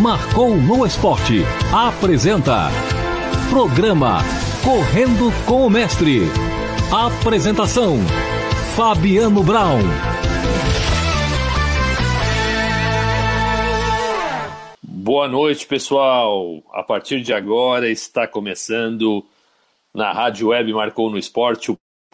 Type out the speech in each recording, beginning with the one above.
Marcou no Esporte apresenta Programa Correndo com o Mestre. Apresentação: Fabiano Brown. Boa noite, pessoal. A partir de agora está começando na Rádio Web Marcou no Esporte o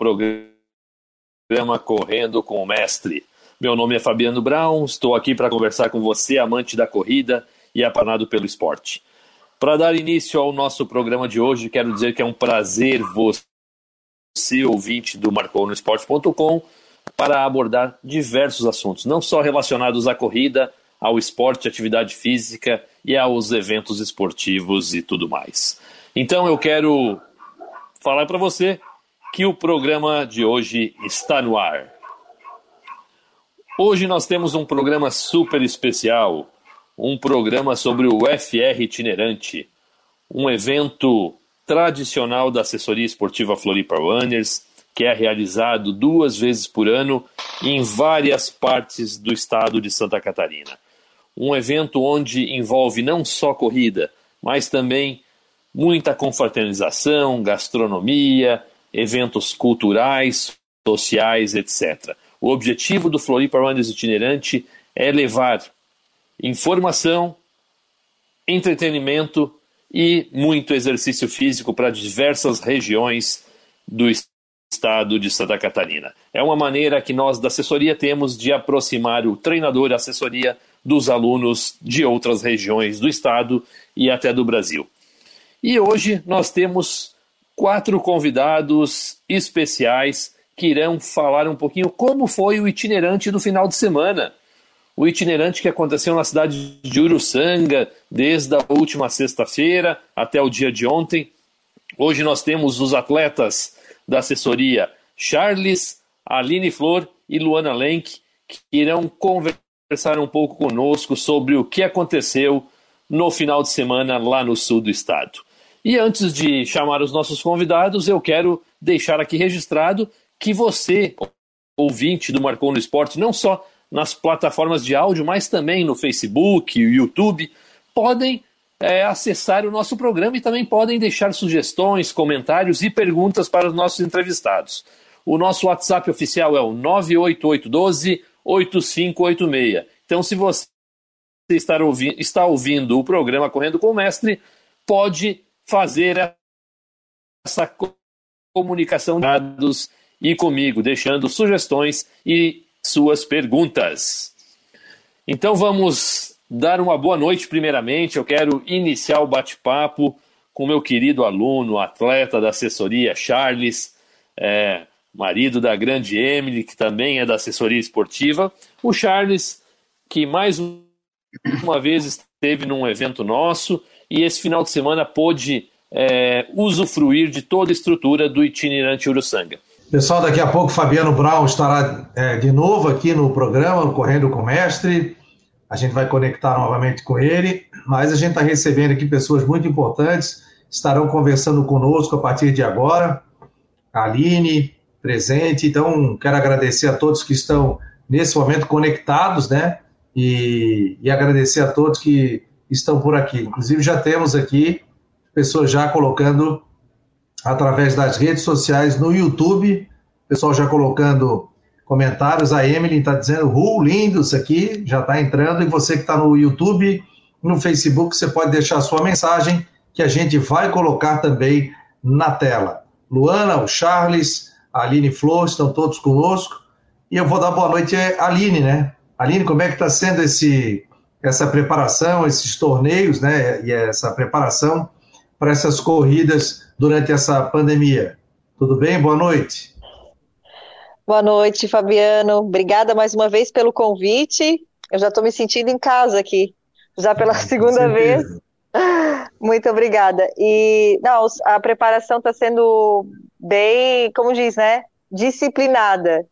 programa Correndo com o Mestre. Meu nome é Fabiano Brown, estou aqui para conversar com você, amante da corrida e apaixonado pelo esporte. Para dar início ao nosso programa de hoje, quero dizer que é um prazer você, ouvinte do marconosport.com, para abordar diversos assuntos, não só relacionados à corrida, ao esporte, atividade física e aos eventos esportivos e tudo mais. Então eu quero falar para você que o programa de hoje está no ar. Hoje nós temos um programa super especial, um programa sobre o FR Itinerante, um evento tradicional da assessoria esportiva Floripa Runners, que é realizado 2 vezes por ano em várias partes do estado de Santa Catarina. Um evento onde envolve não só corrida, mas também muita confraternização, gastronomia, eventos culturais, sociais, etc. O objetivo do Floripa Runners Itinerante é levar informação, entretenimento e muito exercício físico para diversas regiões do estado de Santa Catarina. É uma maneira que nós da assessoria temos de aproximar o treinador e a assessoria dos alunos de outras regiões do estado e até do Brasil. E hoje nós temos 4 convidados especiais que irão falar um pouquinho como foi o itinerante do final de semana. O itinerante que aconteceu na cidade de Uruçanga desde a última sexta-feira até o dia de ontem. Hoje nós temos os atletas da assessoria Charles, Aline Flor e Luana Lenk, que irão conversar um pouco conosco sobre o que aconteceu no final de semana lá no sul do estado. E antes de chamar os nossos convidados, eu quero deixar aqui registrado que você, ouvinte do Marcou no Esporte, não só nas plataformas de áudio, mas também no Facebook e YouTube, podem acessar o nosso programa e também podem deixar sugestões, comentários e perguntas para os nossos entrevistados. O nosso WhatsApp oficial é o 98812-8586. Então, se você está ouvindo o programa Correndo com o Mestre, pode fazer essa comunicação de dados e comigo, deixando sugestões e suas perguntas. Então vamos dar uma boa noite primeiramente. Eu quero iniciar o bate-papo com o meu querido aluno, atleta da assessoria Charles, marido da grande Emily, que também é da assessoria esportiva. O Charles, que mais uma vez esteve num evento nosso e esse final de semana pôde usufruir de toda a estrutura do itinerante Uruçanga. Pessoal, daqui a pouco Fabiano Brown estará de novo aqui no programa Correndo com o Mestre. A gente vai conectar novamente com ele, mas a gente está recebendo aqui pessoas muito importantes, estarão conversando conosco a partir de agora. A Aline, presente, então quero agradecer a todos que estão nesse momento conectados, né? E agradecer a todos que estão por aqui. Inclusive já temos aqui pessoas já colocando através das redes sociais no YouTube, pessoal já colocando comentários. A Emily está dizendo, lindo isso aqui, já está entrando. E você que está no YouTube, no Facebook, você pode deixar a sua mensagem, que a gente vai colocar também na tela. Luana, o Charles, a Aline Flor, estão todos conosco. E eu vou dar boa noite à Aline, né? Aline, como é que está sendo essa preparação, esses torneios, né? E essa preparação para essas corridas durante essa pandemia? Tudo bem? Boa noite. Boa noite, Fabiano. Obrigada mais uma vez pelo convite. Eu já estou me sentindo em casa aqui, já pela segunda vez. Muito obrigada. E a preparação está sendo bem, como diz, né? Disciplinada,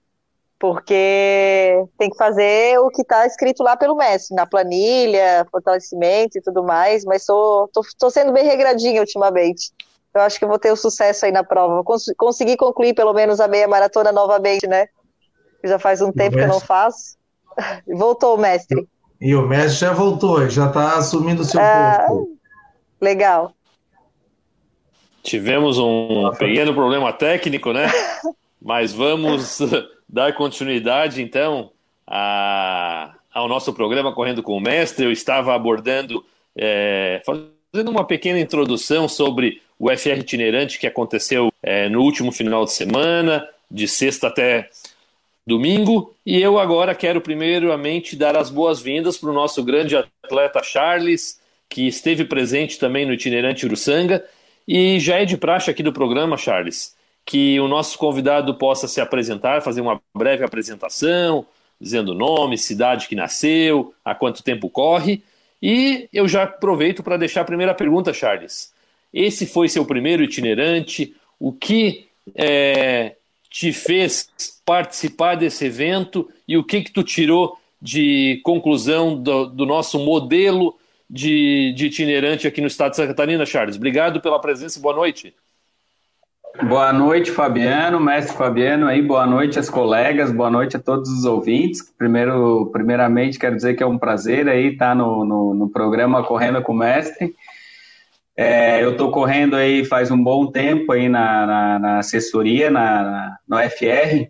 porque tem que fazer o que está escrito lá pelo mestre, na planilha, fortalecimento e tudo mais, mas tô sendo bem regradinha ultimamente. Eu acho que eu vou ter o sucesso aí na prova. Vou conseguir concluir pelo menos a meia maratona novamente, né? Já faz um tempo que eu não faço. Voltou o mestre. E o Messi já voltou, já está assumindo o seu posto. Legal. Tivemos um pequeno problema técnico, né? Mas vamos dar continuidade, então, ao nosso programa Correndo com o Mestre. Eu estava abordando, fazendo uma pequena introdução sobre o FR itinerante que aconteceu no último final de semana, de sexta até domingo, e eu agora quero primeiramente dar as boas-vindas para o nosso grande atleta Charles, que esteve presente também no itinerante Uruçanga, e já é de praxe aqui do programa, Charles, que o nosso convidado possa se apresentar, fazer uma breve apresentação, dizendo o nome, cidade que nasceu, há quanto tempo corre, e eu já aproveito para deixar a primeira pergunta, Charles. Esse foi seu primeiro itinerante? O que te fez participar desse evento e o que tu tirou de conclusão do nosso modelo de itinerante aqui no estado de Santa Catarina, Charles? Obrigado pela presença e boa noite. Boa noite, Fabiano, mestre Fabiano, aí, boa noite aos colegas, boa noite a todos os ouvintes. Primeiramente, quero dizer que é um prazer aí estar no programa Correndo com o Mestre. Eu estou correndo aí faz um bom tempo aí na assessoria, no FR,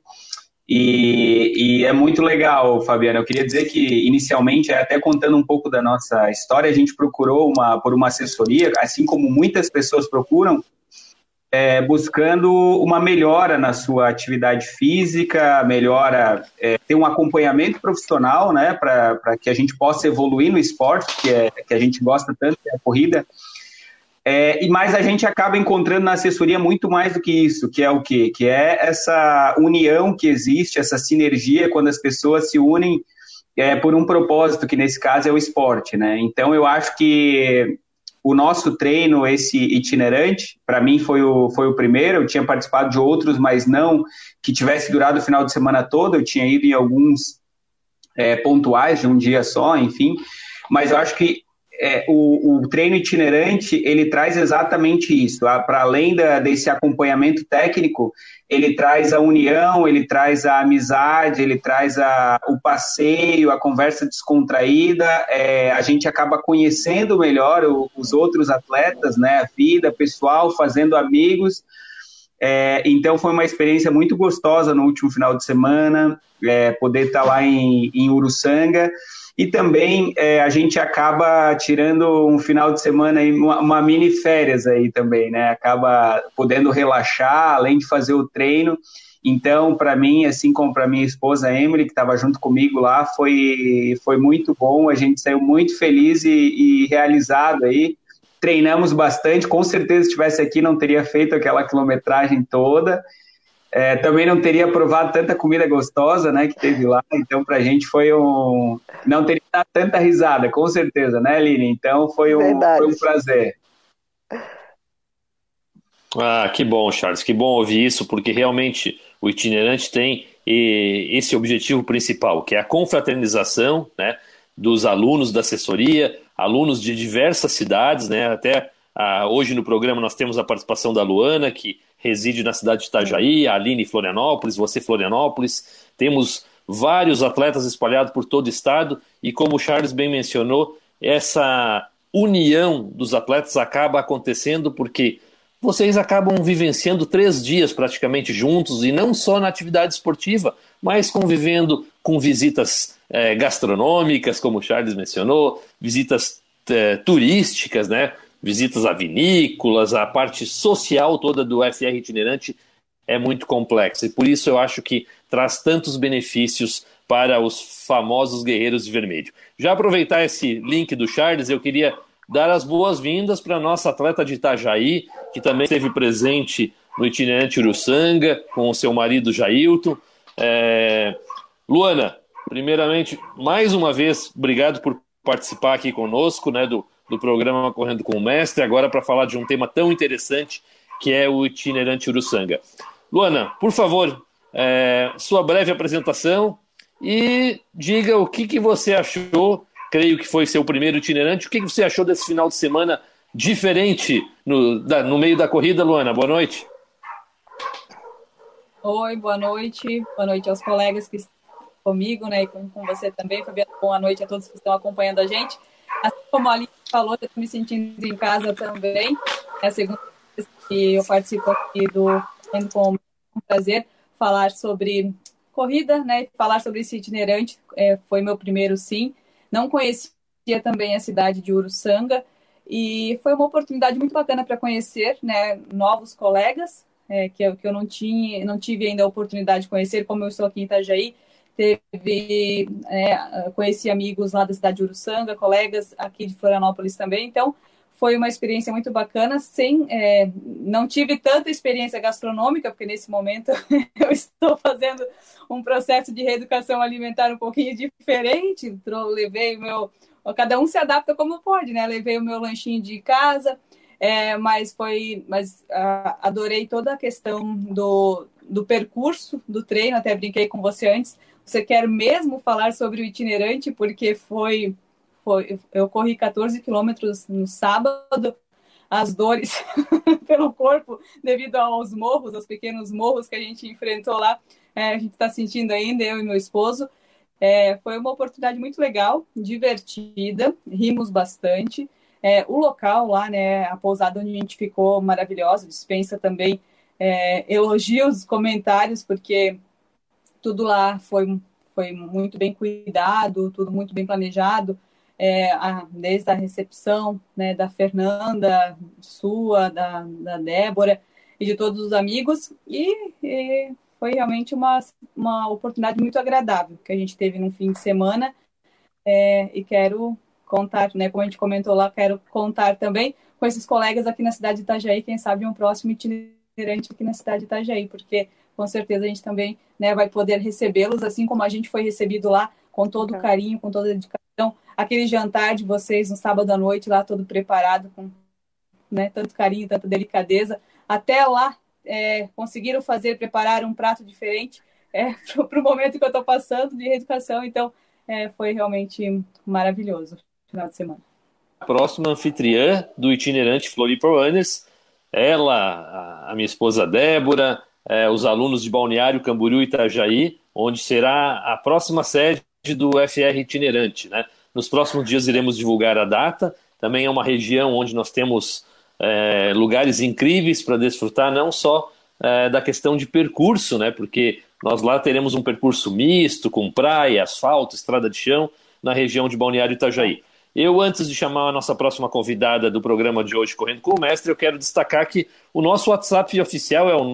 e é muito legal, Fabiano. Eu queria dizer que, inicialmente, até contando um pouco da nossa história, a gente procurou por uma assessoria, assim como muitas pessoas procuram, buscando uma melhora na sua atividade física, ter um acompanhamento profissional, né, para que a gente possa evoluir no esporte, que a gente gosta tanto, que é a corrida. Mas a gente acaba encontrando na assessoria muito mais do que isso, que é o quê? Que é essa união que existe, essa sinergia, quando as pessoas se unem por um propósito, que nesse caso é o esporte, né? Então eu acho que o nosso treino, esse itinerante, para mim foi o primeiro. Eu tinha participado de outros, mas não que tivesse durado o final de semana todo. Eu tinha ido em alguns pontuais de um dia só, enfim. Mas eu acho que o treino itinerante, ele traz exatamente isso. Para além desse acompanhamento técnico, ele traz a união, ele traz a amizade, ele traz o passeio, a conversa descontraída. A gente acaba conhecendo melhor os outros atletas, né? A vida pessoal, fazendo amigos. Então foi uma experiência muito gostosa no último final de semana, poder estar lá em Uruçanga. E também a gente acaba tirando um final de semana, aí, uma mini férias aí também, né? Acaba podendo relaxar, além de fazer o treino. Então, para mim, assim como para minha esposa Emily, que estava junto comigo lá, foi muito bom. A gente saiu muito feliz e realizado aí. Treinamos bastante. Com certeza, se estivesse aqui, não teria feito aquela quilometragem toda. Também não teria provado tanta comida gostosa, né, que teve lá. Então, pra gente não teria dado tanta risada, com certeza, né, Aline? Então, foi um prazer. Que bom, Charles, que bom ouvir isso, porque realmente o itinerante tem esse objetivo principal, que é a confraternização, né, dos alunos da assessoria, alunos de diversas cidades, né, até hoje no programa nós temos a participação da Luana, que reside na cidade de Itajaí, a Aline Florianópolis, você Florianópolis. Temos vários atletas espalhados por todo o estado e, como o Charles bem mencionou, essa união dos atletas acaba acontecendo porque vocês acabam vivenciando 3 dias praticamente juntos, e não só na atividade esportiva, mas convivendo com visitas gastronômicas, como o Charles mencionou, visitas turísticas, né? Visitas a vinícolas, a parte social toda do FR itinerante é muito complexa. E por isso eu acho que traz tantos benefícios para os famosos guerreiros de vermelho. Já aproveitar esse link do Charles, eu queria dar as boas-vindas para a nossa atleta de Itajaí, que também esteve presente no itinerante Uruçanga, com o seu marido Jailton. Luana, primeiramente, mais uma vez, obrigado por participar aqui conosco, né, do programa Correndo com o Mestre, agora para falar de um tema tão interessante que é o itinerante Uruçanga. Luana, por favor, sua breve apresentação e diga o que você achou, creio que foi seu primeiro itinerante, o que você achou desse final de semana diferente no meio da corrida, Luana? Boa noite. Oi, boa noite aos colegas que comigo, né, e com você também, Fabiano. Boa noite a todos que estão acompanhando a gente. Assim como a Aline falou, eu estou me sentindo em casa também. É a segunda vez que eu participo aqui do Correndo com um prazer falar sobre corrida, né, falar sobre esse itinerante. Foi meu primeiro sim. Não conhecia também a cidade de Uruçanga e foi uma oportunidade muito bacana para conhecer, né, novos colegas, que eu não tive ainda a oportunidade de conhecer, como eu estou aqui em Itajaí. Conheci amigos lá da cidade de Uruçanga, colegas aqui de Florianópolis também, então foi uma experiência muito bacana. Não tive tanta experiência gastronômica, porque nesse momento eu estou fazendo um processo de reeducação alimentar um pouquinho diferente. Cada um se adapta como pode, né? Levei o meu lanchinho de casa, mas adorei toda a questão do percurso do treino. Até brinquei com você antes. Você quer mesmo falar sobre o itinerante? Porque eu corri 14 quilômetros no sábado, as dores pelo corpo devido aos morros, aos pequenos morros que a gente enfrentou lá, a gente está sentindo ainda, eu e meu esposo. Foi uma oportunidade muito legal, divertida, rimos bastante. O local lá, né, a pousada onde a gente ficou, maravilhosa, dispensa também elogios, comentários, porque tudo lá foi muito bem cuidado, tudo muito bem planejado, desde a recepção, né, da Fernanda, sua, da Débora e de todos os amigos, e foi realmente uma oportunidade muito agradável que a gente teve num fim de semana, e quero contar, né, como a gente comentou lá, quero contar também com esses colegas aqui na cidade de Itajaí, quem sabe um próximo itinerante aqui na cidade de Itajaí, porque com certeza a gente também, né, vai poder recebê-los, assim como a gente foi recebido lá, com todo o carinho, com toda a dedicação. Aquele jantar de vocês no sábado à noite, lá todo preparado, com, né, tanto carinho, tanta delicadeza. Até lá, conseguiram preparar um prato diferente para o momento que eu estou passando de reeducação. Então, foi realmente maravilhoso o final de semana. A próxima anfitriã do itinerante Floripa Runners, ela, a minha esposa Débora, os alunos de Balneário Camboriú e Itajaí, onde será a próxima sede do FR itinerante, né? Nos próximos dias iremos divulgar a data. Também é uma região onde nós temos lugares incríveis para desfrutar, não só da questão de percurso, né? Porque nós lá teremos um percurso misto, com praia, asfalto, estrada de chão, na região de Balneário Itajaí. Eu, antes de chamar a nossa próxima convidada do programa de hoje, Correndo com o Mestre, eu quero destacar que o nosso WhatsApp oficial é o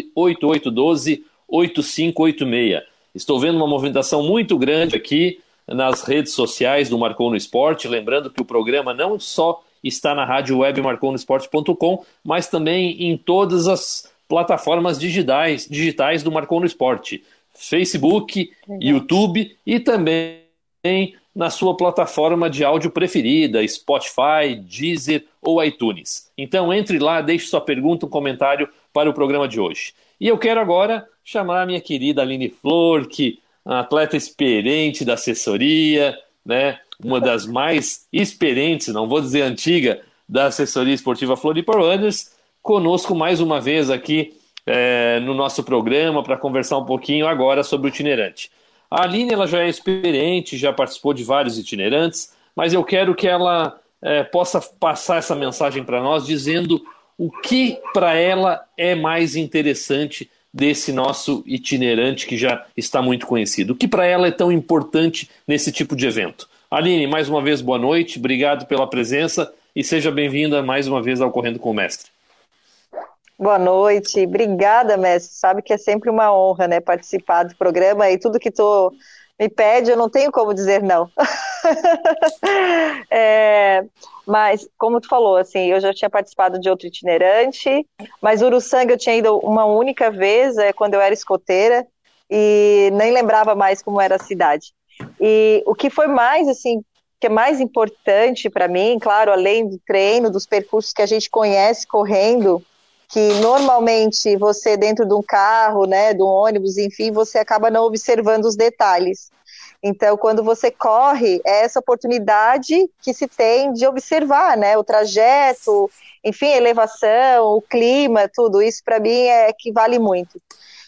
98812-8586. Estou vendo uma movimentação muito grande aqui nas redes sociais do Marcou no Esporte, lembrando que o programa não só está na rádio web marconosport.com, mas também em todas as plataformas digitais do Marcou no Esporte, Facebook, YouTube e também na sua plataforma de áudio preferida, Spotify, Deezer ou iTunes. Então entre lá, deixe sua pergunta, um comentário para o programa de hoje. E eu quero agora chamar a minha querida Aline Flor, que é uma atleta experiente da assessoria, né? Uma das mais experientes, não vou dizer antiga, da assessoria esportiva Floripa Runners, conosco mais uma vez aqui no nosso programa para conversar um pouquinho agora sobre o itinerante. A Aline, ela já é experiente, já participou de vários itinerantes, mas eu quero que ela possa passar essa mensagem para nós, dizendo o que para ela é mais interessante desse nosso itinerante que já está muito conhecido. O que para ela é tão importante nesse tipo de evento? Aline, mais uma vez, boa noite, obrigado pela presença e seja bem-vinda mais uma vez ao Correndo com o Mestre. Boa noite, obrigada, mestre. Sabe que é sempre uma honra, né, participar do programa e tudo que tu me pede, eu não tenho como dizer não. Mas, como tu falou, assim, eu já tinha participado de outro itinerante, mas Uruçanga eu tinha ido uma única vez, quando eu era escoteira, e nem lembrava mais como era a cidade. E o que foi mais, assim, que é mais importante para mim, claro, além do treino, dos percursos que a gente conhece correndo, que normalmente você dentro de um carro, né, de um ônibus, enfim, você acaba não observando os detalhes. Então, quando você corre, é essa oportunidade que se tem de observar, né, o trajeto, enfim, a elevação, o clima, tudo isso para mim é que vale muito.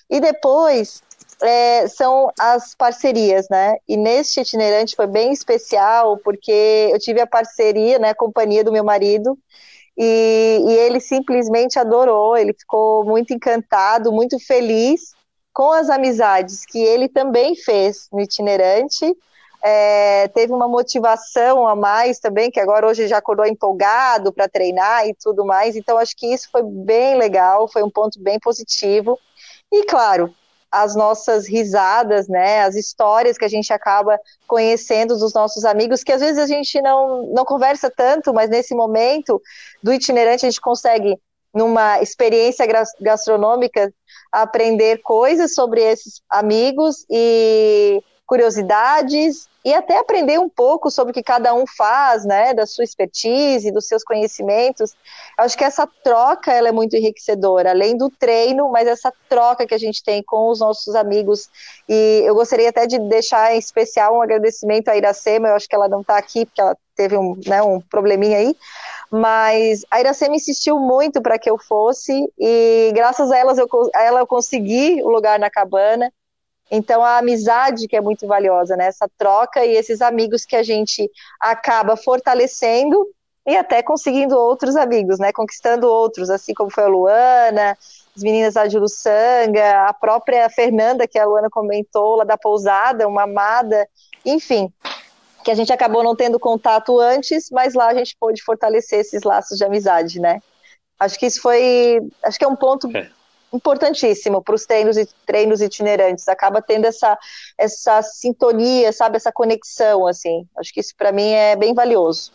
E depois são as parcerias, né? E neste itinerante foi bem especial, porque eu tive a parceria, né, a companhia do meu marido, e ele simplesmente adorou, ele ficou muito encantado, muito feliz com as amizades que ele também fez no itinerante. Teve uma motivação a mais também, que agora hoje já acordou empolgado para treinar e tudo mais, então acho que isso foi bem legal, foi um ponto bem positivo. E claro, as nossas risadas, né, as histórias que a gente acaba conhecendo dos nossos amigos, que às vezes a gente não conversa tanto, mas nesse momento do itinerante a gente consegue, numa experiência gastronômica, aprender coisas sobre esses amigos e curiosidades, e até aprender um pouco sobre o que cada um faz, né, da sua expertise, dos seus conhecimentos. Eu acho que essa troca, ela é muito enriquecedora, além do treino, mas essa troca que a gente tem com os nossos amigos. E eu gostaria até de deixar em especial um agradecimento à Iracema, eu acho que ela não está aqui, porque ela teve um probleminha aí, mas a Iracema insistiu muito para que eu fosse, e graças a ela eu consegui o lugar na cabana. Então a amizade que é muito valiosa, né? Essa troca e esses amigos que a gente acaba fortalecendo e até conseguindo outros amigos, né? Conquistando outros, assim como foi a Luana, as meninas lá de Uruçanga, a própria Fernanda, que a Luana comentou, lá da Pousada, uma amada, enfim, que a gente acabou não tendo contato antes, mas lá a gente pôde fortalecer esses laços de amizade, né? Acho que é um ponto importantíssimo para os treinos itinerantes, acaba tendo essa sintonia, sabe, essa conexão, assim, acho que isso para mim é bem valioso.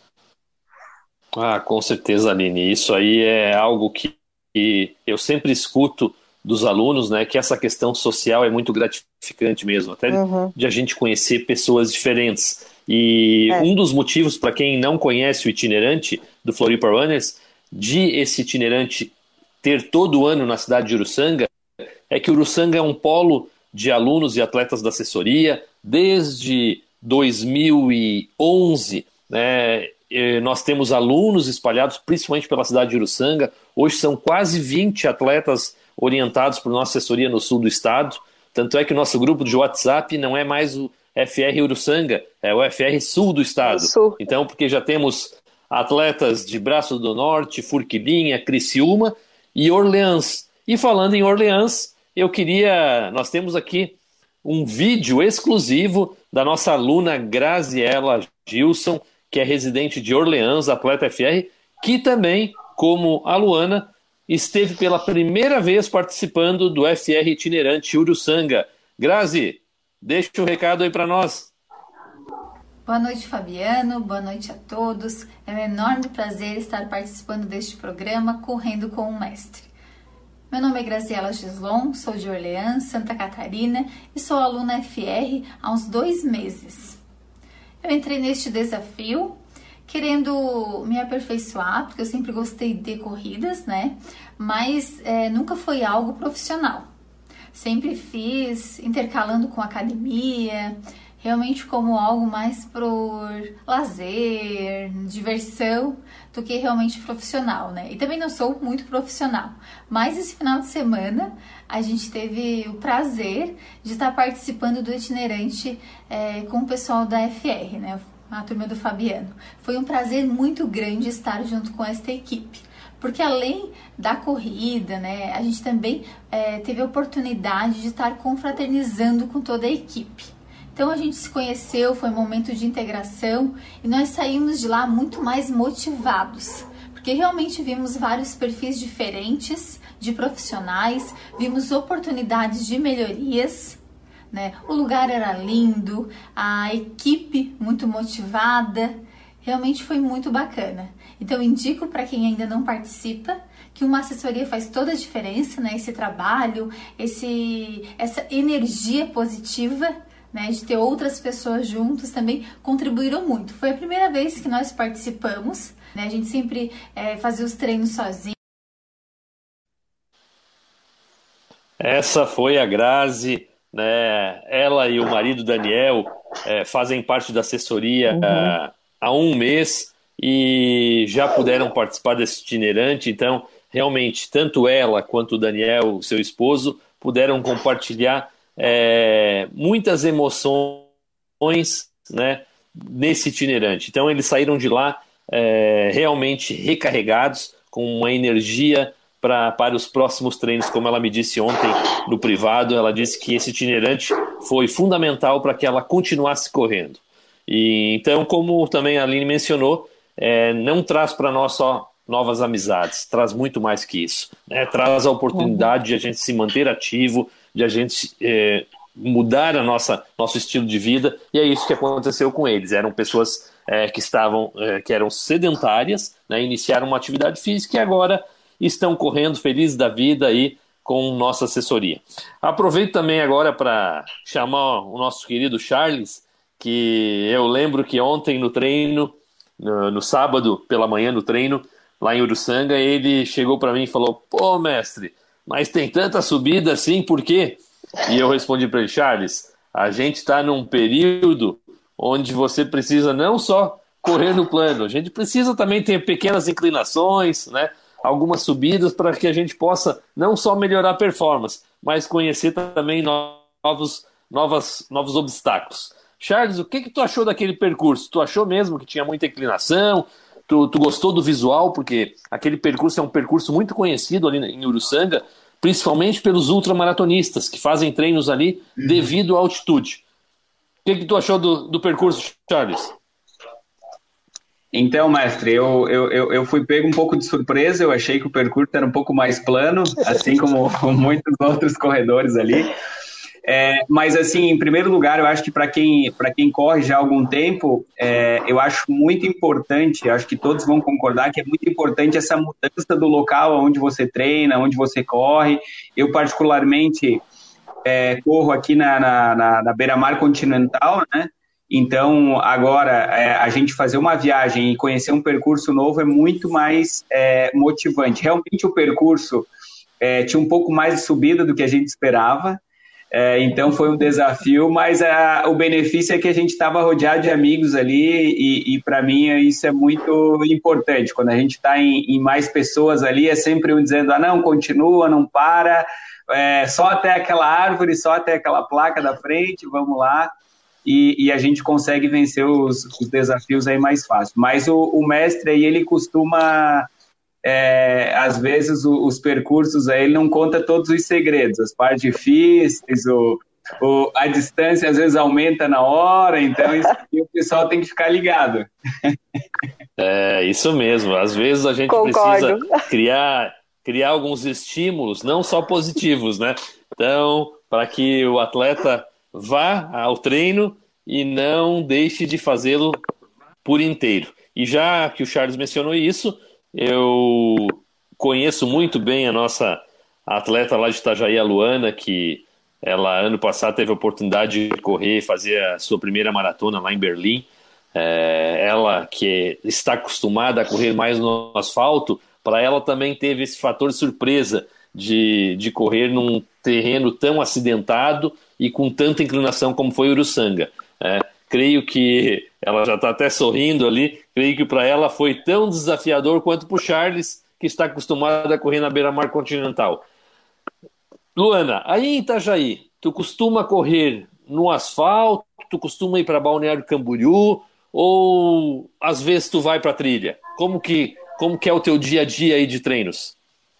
Com certeza, Aline, isso aí é algo que eu sempre escuto dos alunos, né, que essa questão social é muito gratificante mesmo, até de a gente conhecer pessoas diferentes, e um dos motivos para quem não conhece o itinerante do Floripa Runners, de esse itinerante ter todo ano na cidade de Uruçanga, é que Uruçanga é um polo de alunos e atletas da assessoria. Desde 2011, né, nós temos alunos espalhados principalmente pela cidade de Uruçanga. Hoje são quase 20 atletas orientados por nossa assessoria no sul do estado. Tanto é que o nosso grupo de WhatsApp não é mais o FR Uruçanga, é o FR Sul do estado. Então, porque já temos atletas de Braço do Norte, Forquilinha, Criciúma e Orleans. E falando em Orleans, nós temos aqui um vídeo exclusivo da nossa aluna Graziela Gilson, que é residente de Orleans, atleta FR, que também, como a Luana, esteve pela primeira vez participando do FR itinerante Uruçanga. Grazi, deixa o recado aí para nós. Boa noite, Fabiano. Boa noite a todos. É um enorme prazer estar participando deste programa Correndo com o Mestre. Meu nome é Graziela Gislon, sou de Orleans, Santa Catarina e sou aluna FR há uns 2 meses. Eu entrei neste desafio querendo me aperfeiçoar, porque eu sempre gostei de corridas, né? Mas nunca foi algo profissional. Sempre fiz intercalando com academia, realmente como algo mais por lazer, diversão, do que realmente profissional, né? E também não sou muito profissional, mas esse final de semana a gente teve o prazer de estar participando do itinerante com o pessoal da FR, né? A turma do Fabiano. Foi um prazer muito grande estar junto com esta equipe, porque além da corrida, né, a gente também teve a oportunidade de estar confraternizando com toda a equipe. Então a gente se conheceu, foi um momento de integração e nós saímos de lá muito mais motivados, porque realmente vimos vários perfis diferentes de profissionais, vimos oportunidades de melhorias, né? O lugar era lindo, a equipe muito motivada, realmente foi muito bacana. Então indico para quem ainda não participa que uma assessoria faz toda a diferença, né? Esse trabalho, essa energia positiva, né, de ter outras pessoas juntos também contribuíram muito. Foi a primeira vez que nós participamos, né, a gente sempre fazia os treinos sozinho. Essa foi a Grazi, né? Ela e o marido Daniel fazem parte da assessoria há 1 mês e já puderam participar desse itinerante. Então, realmente, tanto ela quanto o Daniel, seu esposo, puderam compartilhar muitas emoções, né, nesse itinerante. Então eles saíram de lá realmente recarregados, com uma energia para os próximos treinos, como ela me disse ontem no privado. Ela disse que esse itinerante foi fundamental para que ela continuasse correndo. E então, como também a Aline mencionou, não traz para nós só novas amizades, traz muito mais que isso, né? Traz a oportunidade de a gente se manter ativo, de a gente mudar nosso estilo de vida, e é isso que aconteceu com eles. Eram pessoas que eram sedentárias, né? Iniciaram uma atividade física e agora estão correndo felizes da vida aí com nossa assessoria. Aproveito também agora para chamar o nosso querido Charles, que eu lembro que ontem no treino, no sábado pela manhã no treino, lá em Uruçanga, ele chegou para mim e falou: pô, mestre, mas tem tanta subida assim, por quê? E eu respondi para ele: Charles, a gente está num período onde você precisa não só correr no plano, a gente precisa também ter pequenas inclinações, né? Algumas subidas para que a gente possa não só melhorar a performance, mas conhecer também novos obstáculos. Charles, o que tu achou daquele percurso? Tu achou mesmo que tinha muita inclinação? Tu gostou do visual? Porque aquele percurso é um percurso muito conhecido ali em Uruçanga, principalmente pelos ultramaratonistas, que fazem treinos ali devido à altitude. O que tu achou do percurso, Charles? Então, mestre, eu fui pego um pouco de surpresa. Eu achei que o percurso era um pouco mais plano, assim como muitos outros corredores ali. Mas, assim, em primeiro lugar, eu acho que para quem corre já há algum tempo, eu acho muito importante, acho que todos vão concordar que é muito importante essa mudança do local onde você treina, onde você corre. Eu, particularmente, corro aqui na Beira-Mar Continental, né? Então, agora, a gente fazer uma viagem e conhecer um percurso novo é muito mais motivante. Realmente, o percurso tinha um pouco mais de subida do que a gente esperava. Então foi um desafio, mas o benefício é que a gente estava rodeado de amigos ali e para mim isso é muito importante. Quando a gente está em mais pessoas ali, é sempre um dizendo: não, continua, não para, só até aquela árvore, só até aquela placa da frente, vamos lá, e a gente consegue vencer os desafios aí mais fácil. Mas o mestre aí, ele costuma... às vezes os percursos aí, ele não conta todos os segredos, as partes difíceis, a distância às vezes aumenta na hora, então isso aqui o pessoal tem que ficar ligado. Isso mesmo, às vezes a gente Concordo. Precisa criar alguns estímulos, não só positivos, né? Então, para que o atleta vá ao treino e não deixe de fazê-lo por inteiro. E já que o Charles mencionou isso, eu conheço muito bem a nossa atleta lá de Itajaí, a Luana, que ela ano passado teve a oportunidade de correr, fazer a sua primeira maratona lá em Berlim. Ela que está acostumada a correr mais no asfalto, para ela também teve esse fator de surpresa de correr num terreno tão acidentado e com tanta inclinação como foi Uruçanga. Creio que ela já está até sorrindo ali. Creio que para ela foi tão desafiador quanto para o Charles, que está acostumado a correr na Beira-Mar Continental. Luana, aí em Itajaí, tu costuma correr no asfalto? Tu costuma ir para Balneário Camboriú? Ou às vezes tu vai para a trilha? Como que é o teu dia a dia aí de treinos?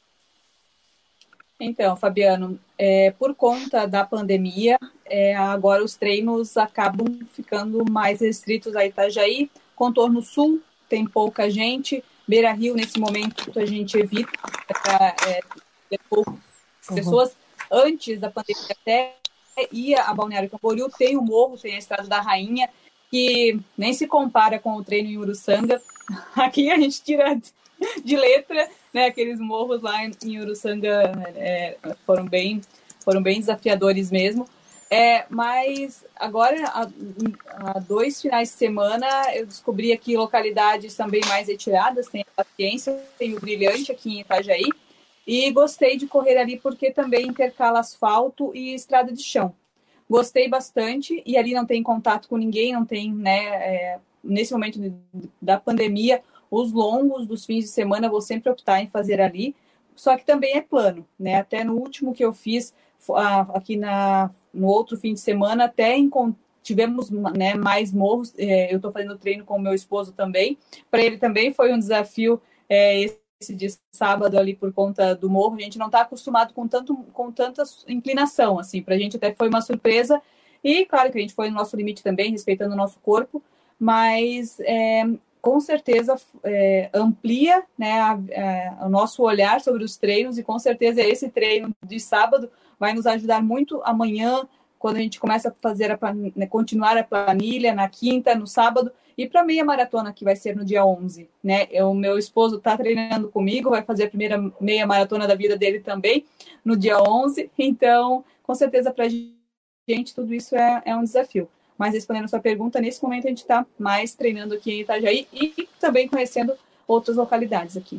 Então, Fabiano, por conta da pandemia, agora os treinos acabam ficando mais restritos a Itajaí. Contorno Sul tem pouca gente. Beira Rio, nesse momento, a gente evita ter poucas pessoas. Antes da pandemia, até ia a Balneário Camboriú, tem o morro, tem a Estrada da Rainha, que nem se compara com o treino em Uruçanga. Aqui a gente tira de letra, né? Aqueles morros lá em Uruçanga foram bem desafiadores mesmo. Mas agora, há 2 finais de semana, eu descobri aqui localidades também mais retiradas. Tem a Paciência, tem o Brilhante aqui em Itajaí, e gostei de correr ali porque também intercala asfalto e estrada de chão. Gostei bastante, e ali não tem contato com ninguém, não tem, né, nesse momento da pandemia, os longos dos fins de semana eu vou sempre optar em fazer ali, só que também é plano, né? Até no último que eu fiz aqui no outro fim de semana até tivemos, né, mais morros. Eu estou fazendo treino com o meu esposo também. Para ele também foi um desafio esse de sábado ali por conta do morro. A gente não está acostumado com tanta inclinação, assim. Para a gente até foi uma surpresa. E claro que a gente foi no nosso limite também, respeitando o nosso corpo, mas com certeza amplia, né, o nosso olhar sobre os treinos, e com certeza esse treino de sábado vai nos ajudar muito amanhã, quando a gente começa a fazer continuar a planilha na quinta, no sábado, e para a meia maratona, que vai ser no dia 11. Né? O meu esposo está treinando comigo, vai fazer a primeira meia maratona da vida dele também, no dia 11. Então, com certeza, para a gente, tudo isso é um desafio. Mas, respondendo a sua pergunta, nesse momento a gente está mais treinando aqui em Itajaí e também conhecendo outras localidades aqui.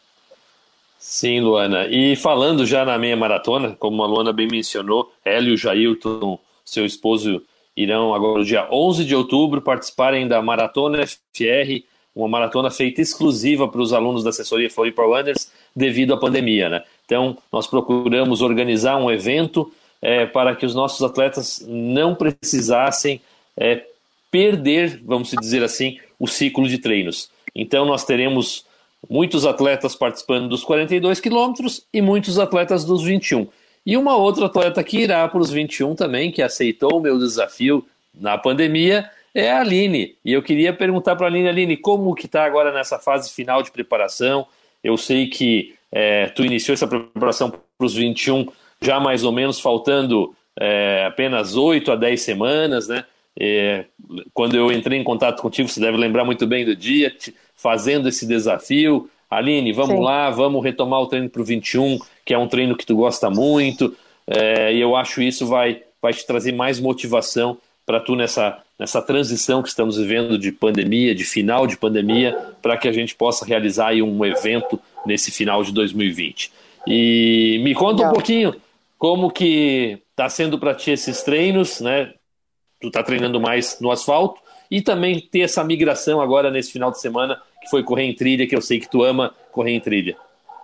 Sim, Luana. E falando já na meia maratona, como a Luana bem mencionou, ela e o Jailton, seu esposo, irão agora no dia 11 de outubro participarem da Maratona FR, uma maratona feita exclusiva para os alunos da assessoria Floripa Runners devido à pandemia, né? Então, nós procuramos organizar um evento para que os nossos atletas não precisassem perder, vamos dizer assim, o ciclo de treinos. Então, nós teremos muitos atletas participando dos 42 quilômetros e muitos atletas dos 21. E uma outra atleta que irá para os 21 também, que aceitou o meu desafio na pandemia, é a Aline. E eu queria perguntar para a Aline, como que está agora nessa fase final de preparação? Eu sei que tu iniciou essa preparação para os 21 já mais ou menos faltando apenas 8 a 10 semanas, né? Quando eu entrei em contato contigo, você deve lembrar muito bem do dia, fazendo esse desafio. Aline, vamos lá, vamos retomar o treino para o 21, que é um treino que tu gosta muito, e eu acho isso vai te trazer mais motivação para tu nessa transição que estamos vivendo de pandemia, de final de pandemia, para que a gente possa realizar aí um evento nesse final de 2020. E me conta um pouquinho como que está sendo para ti esses treinos, né? Tu está treinando mais no asfalto, e também ter essa migração agora nesse final de semana, que foi correr em trilha, que eu sei que tu ama correr em trilha.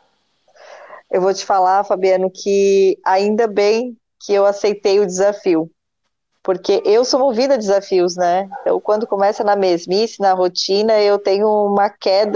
Eu vou te falar, Fabiano, que ainda bem que eu aceitei o desafio, porque eu sou movida a desafios, né? Então, quando começa na mesmice, na rotina, eu tenho uma queda,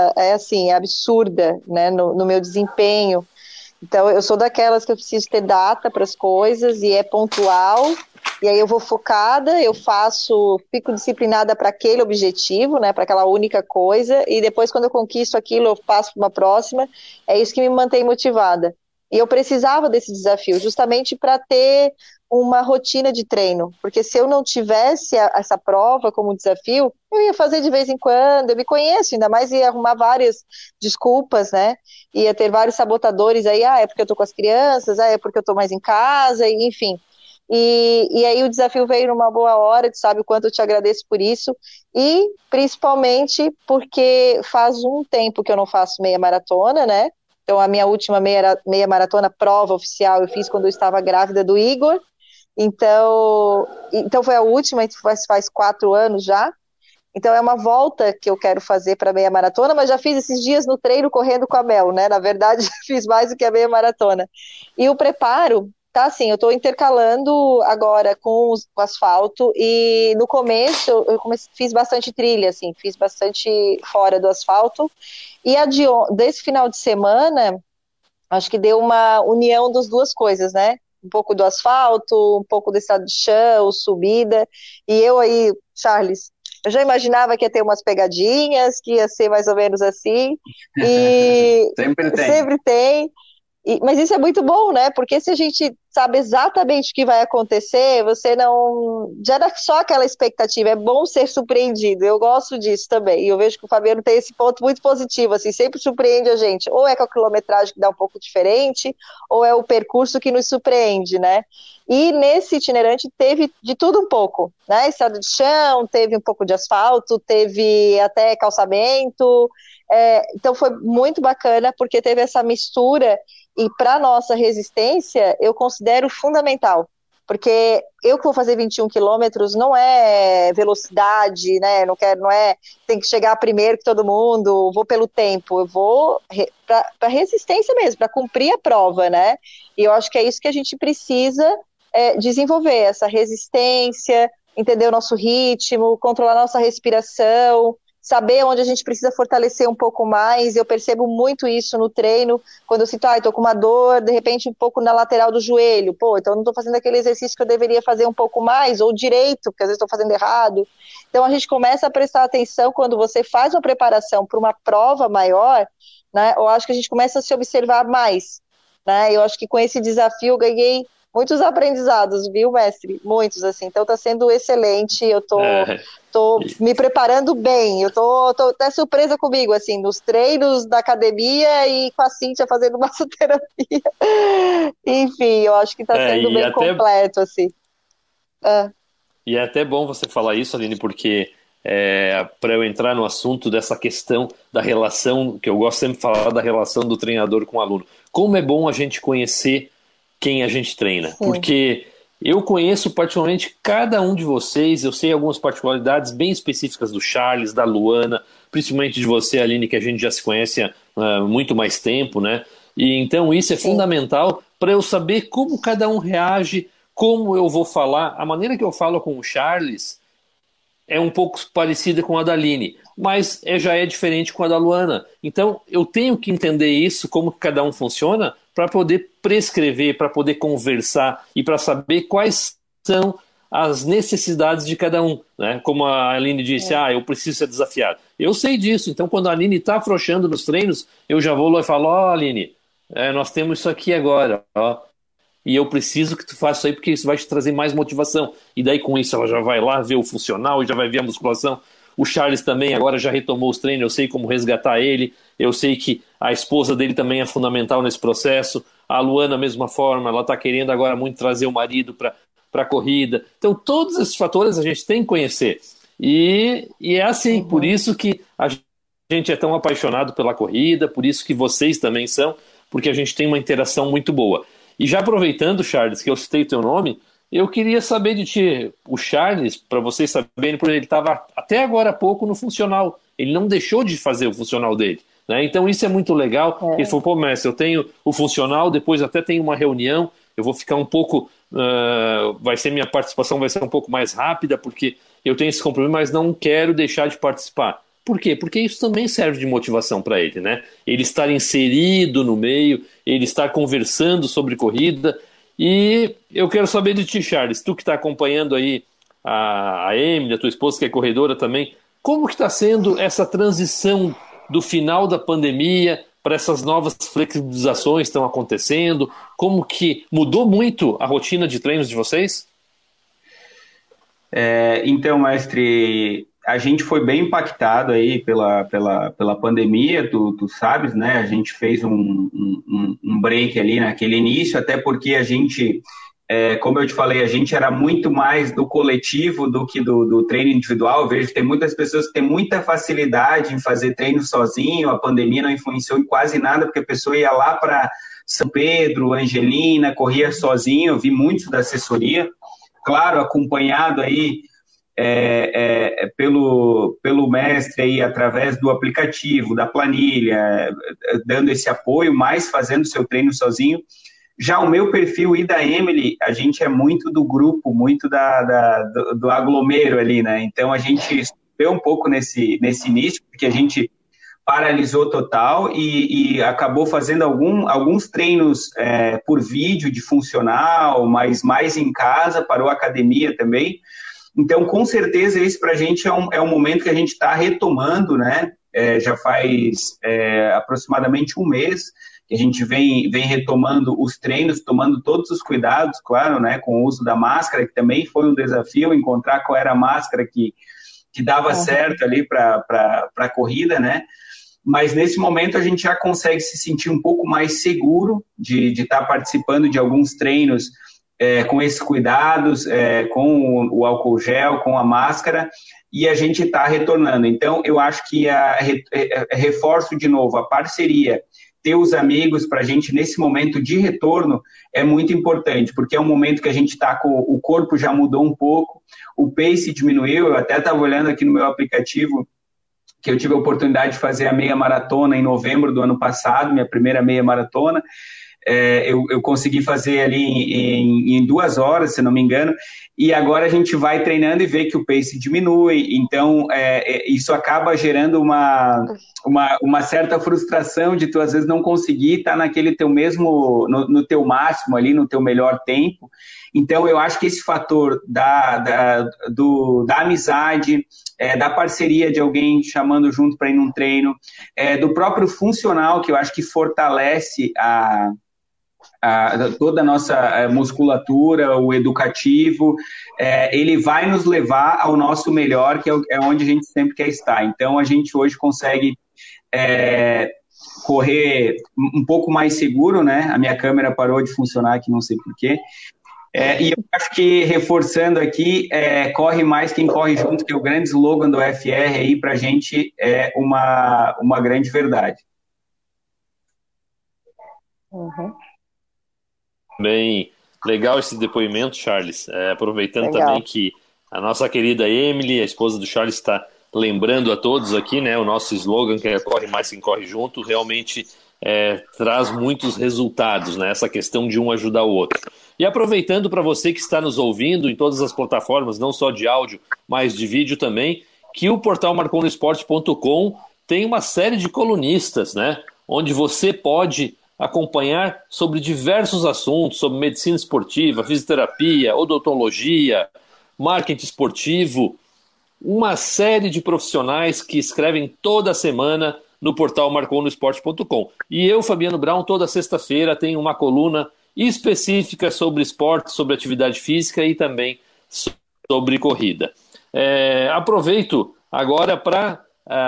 absurda, né, no meu desempenho. Então, eu sou daquelas que eu preciso ter data para as coisas, e é pontual, e aí eu vou focada, fico disciplinada para aquele objetivo, né, para aquela única coisa, e depois, quando eu conquisto aquilo, eu passo para uma próxima. É isso que me mantém motivada. E eu precisava desse desafio, justamente para ter uma rotina de treino, porque se eu não tivesse essa prova como desafio, eu ia fazer de vez em quando. Eu me conheço, ainda mais ia arrumar várias desculpas, né? Ia ter vários sabotadores aí, é porque eu tô com as crianças, é porque eu tô mais em casa, enfim. E aí o desafio veio numa boa hora, tu sabe o quanto eu te agradeço por isso, e principalmente porque faz um tempo que eu não faço meia maratona, né? Então a minha última meia maratona prova oficial eu fiz quando eu estava grávida do Igor, então foi a última, faz 4 anos já. Então é uma volta que eu quero fazer para a meia maratona, mas já fiz esses dias no treino correndo com a Mel, né? Na verdade, fiz mais do que a meia maratona. E o preparo tá assim, eu estou intercalando agora com o asfalto, e no começo eu fiz bastante trilha, assim, fiz bastante fora do asfalto, e desse final de semana, acho que deu uma união das duas coisas, né? Um pouco do asfalto, um pouco do estado de chão, subida, e eu aí, Charles, eu já imaginava que ia ter umas pegadinhas, que ia ser mais ou menos assim, e sempre tem. Mas isso é muito bom, né? Porque se a gente sabe exatamente o que vai acontecer, você não... já dá só aquela expectativa. É bom ser surpreendido. Eu gosto disso também. E eu vejo que o Fabiano tem esse ponto muito positivo, assim, sempre surpreende a gente. Ou é com a quilometragem que dá um pouco diferente, ou é o percurso que nos surpreende, né? E nesse itinerante teve de tudo um pouco, né? Estrada de chão, teve um pouco de asfalto, teve até calçamento. Então foi muito bacana, porque teve essa mistura. E para nossa resistência, eu considero fundamental, Porque eu que vou fazer 21 quilômetros não é velocidade, né? Não é tem que chegar primeiro que todo mundo, vou pelo tempo, eu vou para resistência mesmo, para cumprir a prova, né? E eu acho que é isso que a gente precisa desenvolver, essa resistência, entender o nosso ritmo, controlar a nossa respiração, saber onde a gente precisa fortalecer um pouco mais. Eu percebo muito isso no treino, quando eu sinto, estou com uma dor, de repente um pouco na lateral do joelho, então eu não estou fazendo aquele exercício que eu deveria fazer um pouco mais, ou direito, porque às vezes estou fazendo errado. Então a gente começa a prestar atenção quando você faz uma preparação para uma prova maior, né? Eu acho que a gente começa a se observar mais, né? Eu acho que com esse desafio eu ganhei muitos aprendizados, viu, mestre? Muitos, assim. Então tá sendo excelente, eu tô me preparando bem, eu tô até surpresa comigo, assim, nos treinos da academia e com a Cíntia fazendo massoterapia. Enfim, eu acho que tá sendo bem completo, assim. E é até bom você falar isso, Aline, porque para eu entrar no assunto dessa questão da relação, que eu gosto sempre de falar da relação do treinador com o aluno. Como é bom a gente conhecer quem a gente treina, porque eu conheço particularmente cada um de vocês, eu sei algumas particularidades bem específicas do Charles, da Luana, principalmente de você, Aline, que a gente já se conhece há muito mais tempo, né? E então isso é fundamental para eu saber como cada um reage, como eu vou falar. A maneira que eu falo com o Charles é um pouco parecida com a da Aline, mas já é diferente com a da Luana. Então eu tenho que entender isso, como cada um funciona, para poder prescrever, para poder conversar e para saber quais são as necessidades de cada um, né? Como a Aline disse, eu preciso ser desafiado. Eu sei disso, então quando a Aline está afrouxando nos treinos, eu já vou lá e falo, Aline, nós temos isso aqui agora, e eu preciso que tu faça isso aí porque isso vai te trazer mais motivação. E daí com isso ela já vai lá ver o funcional e já vai ver a musculação. O Charles também agora já retomou os treinos, eu sei como resgatar ele, eu sei que a esposa dele também é fundamental nesse processo, a Luana, da mesma forma, ela está querendo agora muito trazer o marido para a corrida. Então todos esses fatores a gente tem que conhecer. E é assim, por isso que a gente é tão apaixonado pela corrida, por isso que vocês também são, porque a gente tem uma interação muito boa. E já aproveitando, Charles, que eu citei o teu nome, eu queria saber de ti, o Charles, para vocês saberem, porque ele estava até agora há pouco no funcional, ele não deixou de fazer o funcional dele, né? Então isso é muito legal. Ele falou, mestre, eu tenho o funcional, depois até tenho uma reunião, eu vou ficar um pouco, minha participação vai ser um pouco mais rápida, porque eu tenho esse compromisso, mas não quero deixar de participar. Por quê? Porque isso também serve de motivação para ele, né? Ele estar inserido no meio, ele estar conversando sobre corrida. E eu quero saber de ti, Charles, tu que está acompanhando aí a Emily, a tua esposa que é corredora também, como que está sendo essa transição do final da pandemia para essas novas flexibilizações que estão acontecendo? Como que mudou muito a rotina de treinos de vocês? Então, mestre, a gente foi bem impactado aí pela pandemia, tu sabes, né? A gente fez um break ali naquele início, até porque a gente, como eu te falei, a gente era muito mais do coletivo do que do treino individual. Eu vejo que tem muitas pessoas que têm muita facilidade em fazer treino sozinho, a pandemia não influenciou em quase nada, porque a pessoa ia lá para São Pedro, Angelina, corria sozinho, eu vi muitos da assessoria, claro, acompanhado aí pelo mestre aí, através do aplicativo, da planilha, dando esse apoio, mas fazendo seu treino sozinho. Já o meu perfil e da Emily, a gente é muito do grupo, muito do aglomero ali, né? Então a gente sofreu um pouco nesse início, porque a gente paralisou total e acabou fazendo alguns treinos por vídeo de funcional, mas mais em casa, parou a academia também. Então, com certeza, esse para a gente é um momento que a gente está retomando, né? Já faz aproximadamente um mês que a gente vem retomando os treinos, tomando todos os cuidados, claro, né? Com o uso da máscara, que também foi um desafio, encontrar qual era a máscara que dava certo ali para a corrida, né? Mas nesse momento a gente já consegue se sentir um pouco mais seguro de estar participando de alguns treinos com esses cuidados, com o álcool gel, com a máscara, e a gente está retornando. Então, eu acho que reforço de novo a parceria ter os amigos para a gente, nesse momento de retorno, é muito importante, porque é um momento que a gente está com o corpo já mudou um pouco, o pace diminuiu. Eu até estava olhando aqui no meu aplicativo que eu tive a oportunidade de fazer a meia maratona em novembro do ano passado, minha primeira meia maratona. Eu consegui fazer ali em 2 horas, se não me engano, e agora a gente vai treinando e vê que o pace diminui, então isso acaba gerando uma certa frustração de tu às vezes não conseguir estar naquele teu mesmo, no teu máximo ali, no teu melhor tempo. Então eu acho que esse fator da amizade, da parceria de alguém chamando junto para ir num treino, do próprio funcional, que eu acho que fortalece toda a nossa musculatura, o educativo, ele vai nos levar ao nosso melhor, que é onde a gente sempre quer estar. Então, a gente hoje consegue correr um pouco mais seguro, né? A minha câmera parou de funcionar aqui, não sei porquê. E eu acho que, reforçando aqui, corre mais quem corre junto, que é o grande slogan do FR aí, para a gente é uma grande verdade. Uhum. Bem, legal esse depoimento, Charles. Aproveitando Legal. também que a nossa querida Emily, a esposa do Charles, está lembrando a todos aqui, né? O nosso slogan, que é corre mais quem corre junto, realmente traz muitos resultados, né? Essa questão de um ajudar o outro. E aproveitando para você que está nos ouvindo em todas as plataformas, não só de áudio, mas de vídeo também, que o portal marconosport.com tem uma série de colunistas, né? Onde você pode acompanhar sobre diversos assuntos, sobre medicina esportiva, fisioterapia, odontologia, marketing esportivo, uma série de profissionais que escrevem toda semana no portal marconosport.com. E eu, Fabiano Brown, toda sexta-feira tenho uma coluna específica sobre esporte, sobre atividade física e também sobre corrida. Aproveito agora para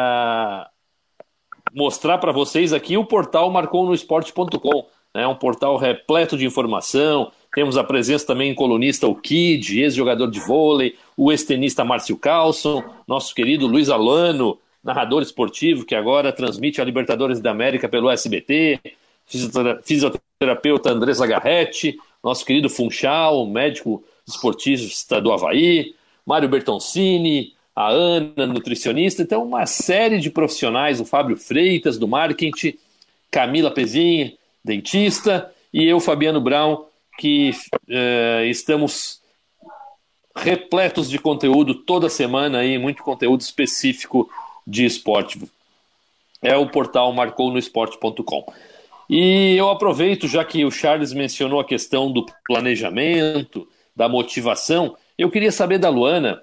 mostrar para vocês aqui o portal marconosport.com, né? Um portal repleto de informação. Temos a presença também em colunista o Kid, ex-jogador de vôlei, o ex-tenista Márcio Carlson, nosso querido Luiz Alano, narrador esportivo que agora transmite a Libertadores da América pelo SBT, fisioterapeuta Andressa Garretti, nosso querido Funchal, médico esportista do Avaí, Mário Bertoncini, a Ana, nutricionista. Então, uma série de profissionais, o Fábio Freitas, do marketing, Camila Pezinha, dentista, e eu, Fabiano Brown, que estamos repletos de conteúdo toda semana, aí, muito conteúdo específico de esporte. É o portal marconosport.com. E eu aproveito, já que o Charles mencionou a questão do planejamento, da motivação, eu queria saber da Luana,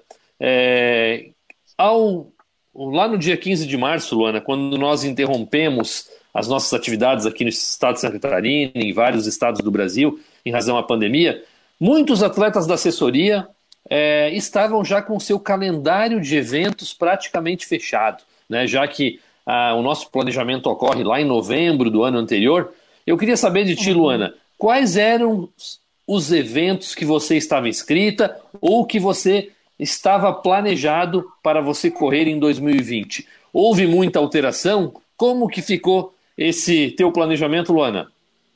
lá no dia 15 de março, Luana, quando nós interrompemos as nossas atividades aqui no estado de Santa Catarina, em vários estados do Brasil, em razão da pandemia, muitos atletas da assessoria estavam já com o seu calendário de eventos praticamente fechado, né? Já que o nosso planejamento ocorre lá em novembro do ano anterior. Eu queria saber de ti, Luana, quais eram os eventos que você estava inscrita ou que você estava planejado para você correr em 2020? Houve muita alteração? Como que ficou esse teu planejamento, Luana?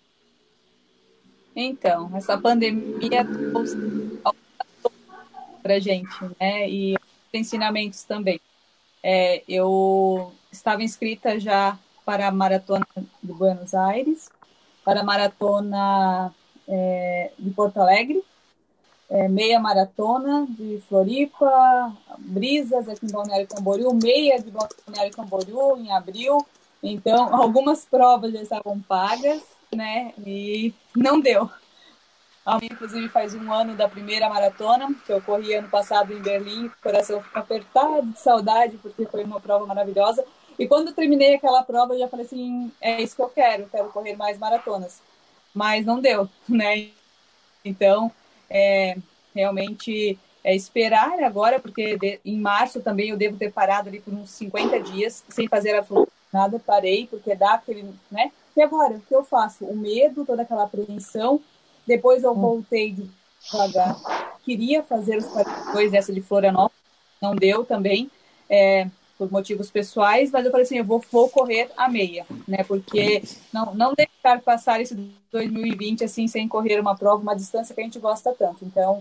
Então, essa pandemia trouxe para a gente, né? E ensinamentos também. Eu estava inscrita já para a Maratona de Buenos Aires, para a Maratona de Porto Alegre, meia maratona de Floripa, Brisas aqui em Balneário Camboriú, meia de Balneário Camboriú em abril. Então, algumas provas já estavam pagas, né? E não deu. A minha, inclusive, faz 1 ano da primeira maratona, que eu corri ano passado em Berlim, o coração fica apertado de saudade, porque foi uma prova maravilhosa. E quando eu terminei aquela prova, eu já falei assim, é isso que eu quero correr mais maratonas. Mas não deu, né? Então, realmente esperar agora, porque em março também eu devo ter parado ali por uns 50 dias, sem fazer absolutamente nada, parei, porque dá aquele, né? E agora, o que eu faço? O medo, toda aquela apreensão. Depois eu voltei devagar. Queria fazer os 42 dessa de Florianópolis, não deu também. por motivos pessoais, mas eu falei assim, eu vou correr a meia, né? Porque não deixar passar esse 2020 assim, sem correr uma prova, uma distância que a gente gosta tanto. Então,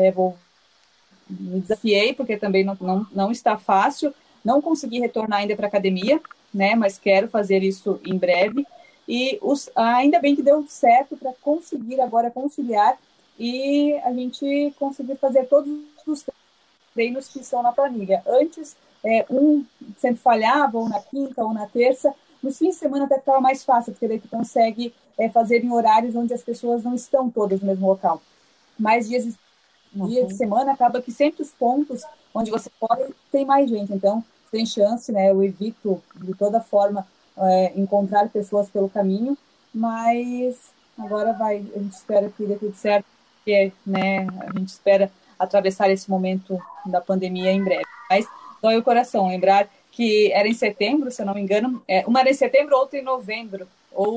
me desafiei, porque também não está fácil, não consegui retornar ainda para a academia, né? Mas quero fazer isso em breve. E ainda bem que deu certo para conseguir agora conciliar e a gente conseguir fazer todos os treinos que estão na planilha. Antes, sempre falhava, ou na quinta, ou na terça. Nos fins de semana até ficava mais fácil, porque daí tu consegue fazer em horários onde as pessoas não estão todas no mesmo local. Mas dia de semana acaba que sempre os pontos onde você corre tem mais gente. Então, tem chance, né? Eu evito, de toda forma, encontrar pessoas pelo caminho, mas agora a gente espera que dê tudo certo, porque, né, a gente espera atravessar esse momento da pandemia em breve. Mas dói o coração lembrar que era em setembro, se eu não me engano, uma era em setembro, outra em novembro,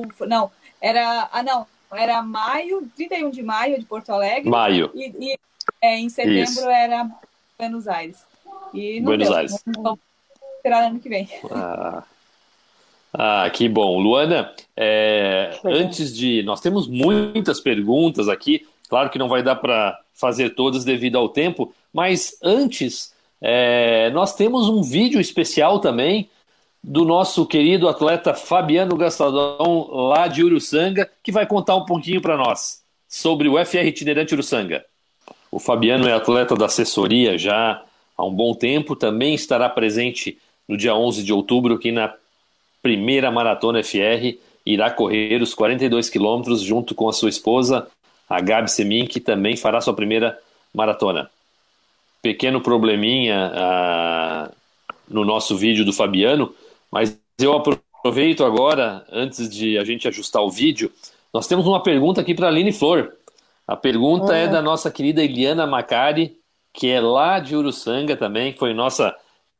era maio, 31 de maio de Porto Alegre. Maio. E em setembro Isso. Era Buenos Aires. E não Buenos Aires. Vamos esperar ano que vem. Que bom. Luana, nós temos muitas perguntas aqui, claro que não vai dar para fazer todas devido ao tempo, mas antes, nós temos um vídeo especial também do nosso querido atleta Fabiano Gastadon, lá de Uruçanga, que vai contar um pouquinho para nós sobre o FR Itinerante Uruçanga. O Fabiano é atleta da assessoria já há um bom tempo, também estará presente no dia 11 de outubro aqui na primeira Maratona FR, irá correr os 42 quilômetros junto com a sua esposa, a Gabi Semin, que também fará sua primeira maratona. Pequeno probleminha no nosso vídeo do Fabiano, mas eu aproveito agora, antes de a gente ajustar o vídeo, nós temos uma pergunta aqui para a Aline Flor. A pergunta é da nossa querida Eliana Macari, que é lá de Uruçanga também, que foi nossa...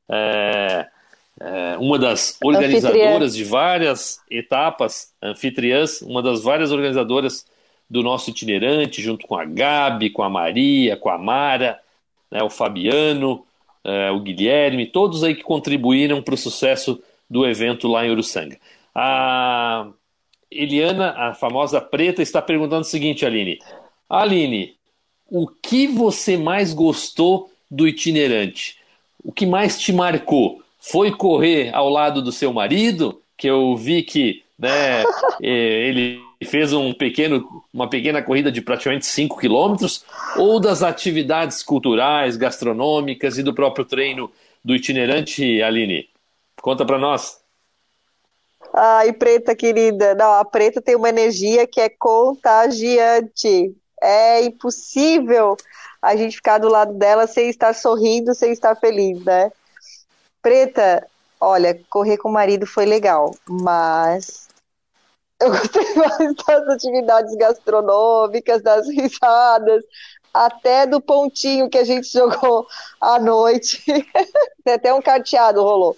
uma das organizadoras de várias etapas, anfitriãs, uma das várias organizadoras do nosso itinerante, junto com a Gabi, com a Maria, com a Mara, né, o Fabiano, o Guilherme, todos aí que contribuíram para o sucesso do evento lá em Uruçanga. A Eliana, a famosa Preta, está perguntando o seguinte, Aline, o que você mais gostou do itinerante? O que mais te marcou? Foi correr ao lado do seu marido, que eu vi que, né, ele fez uma pequena corrida de praticamente 5 quilômetros, ou das atividades culturais, gastronômicas e do próprio treino do itinerante, Aline? Conta para nós. Ai, Preta, querida. Não, a Preta tem uma energia que é contagiante. É impossível a gente ficar do lado dela sem estar sorrindo, sem estar feliz, né? Preta, olha, correr com o marido foi legal, mas eu gostei mais das atividades gastronômicas, das risadas, até do pontinho que a gente jogou à noite. Até um carteado rolou.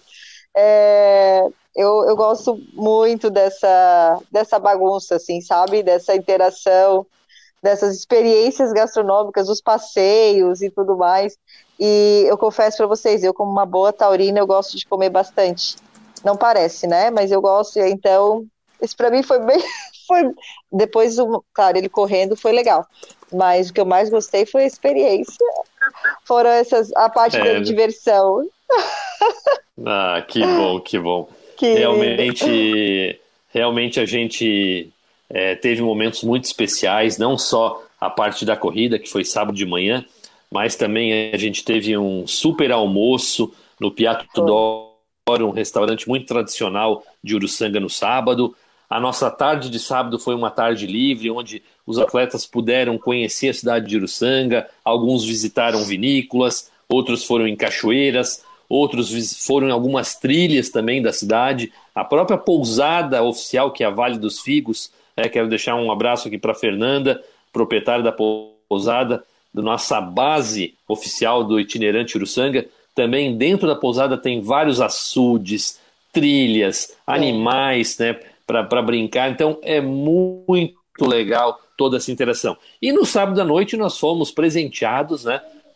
Eu gosto muito dessa bagunça, assim, sabe? Dessa interação, dessas experiências gastronômicas, os passeios e tudo mais. E eu confesso para vocês, eu como uma boa taurina, eu gosto de comer bastante. Não parece, né? Mas eu gosto, então, isso para mim foi bem... Depois, claro, ele correndo foi legal. Mas o que eu mais gostei foi a experiência. Foram a parte da diversão. Que bom, que bom. Realmente a gente teve momentos muito especiais, não só a parte da corrida, que foi sábado de manhã, mas também a gente teve um super almoço no Piatto d'Oro, um restaurante muito tradicional de Uruçanga no sábado. A nossa tarde de sábado foi uma tarde livre, onde os atletas puderam conhecer a cidade de Uruçanga, alguns visitaram vinícolas, outros foram em cachoeiras, outros foram em algumas trilhas também da cidade. A própria pousada oficial, que é a Vale dos Figos, quero deixar um abraço aqui para a Fernanda, proprietária da pousada, da nossa base oficial do itinerante Uruçanga. Também dentro da pousada tem vários açudes, trilhas, animais, né, para brincar. Então é muito legal toda essa interação. E no sábado à noite nós fomos presenteados, né,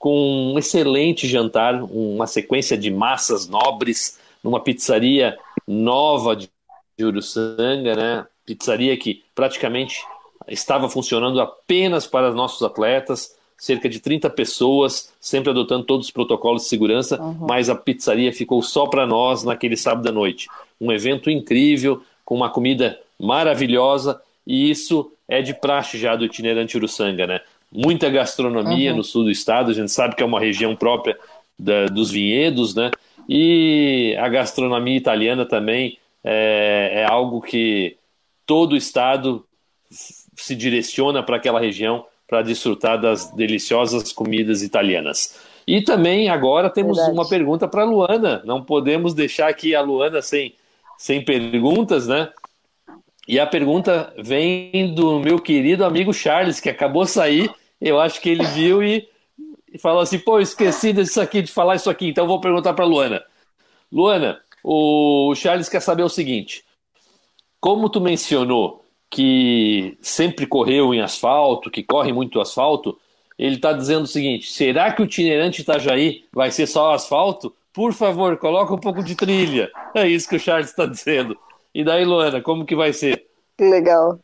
com um excelente jantar, uma sequência de massas nobres, numa pizzaria nova de Uruçanga, né? Pizzaria que praticamente estava funcionando apenas para nossos atletas, cerca de 30 pessoas, sempre adotando todos os protocolos de segurança, mas a pizzaria ficou só para nós naquele sábado à noite. Um evento incrível, com uma comida maravilhosa, e isso é de praxe já do itinerante Uruçanga, né? Muita gastronomia no sul do estado, a gente sabe que é uma região própria dos vinhedos, né? E a gastronomia italiana também é algo que todo o estado se direciona para aquela região para desfrutar das deliciosas comidas italianas. E também agora temos uma pergunta para a Luana. Não podemos deixar aqui a Luana sem perguntas, né? E a pergunta vem do meu querido amigo Charles, que acabou de sair. Eu acho que ele viu e falou assim, pô, esqueci disso aqui, de falar isso aqui, então vou perguntar para a Luana. Luana, o Charles quer saber o seguinte, como tu mencionou que sempre correu em asfalto, que corre muito asfalto, ele está dizendo o seguinte, será que o itinerante Itajaí vai ser só asfalto? Por favor, coloca um pouco de trilha. É isso que o Charles está dizendo. E daí, Luana, como que vai ser? Que legal.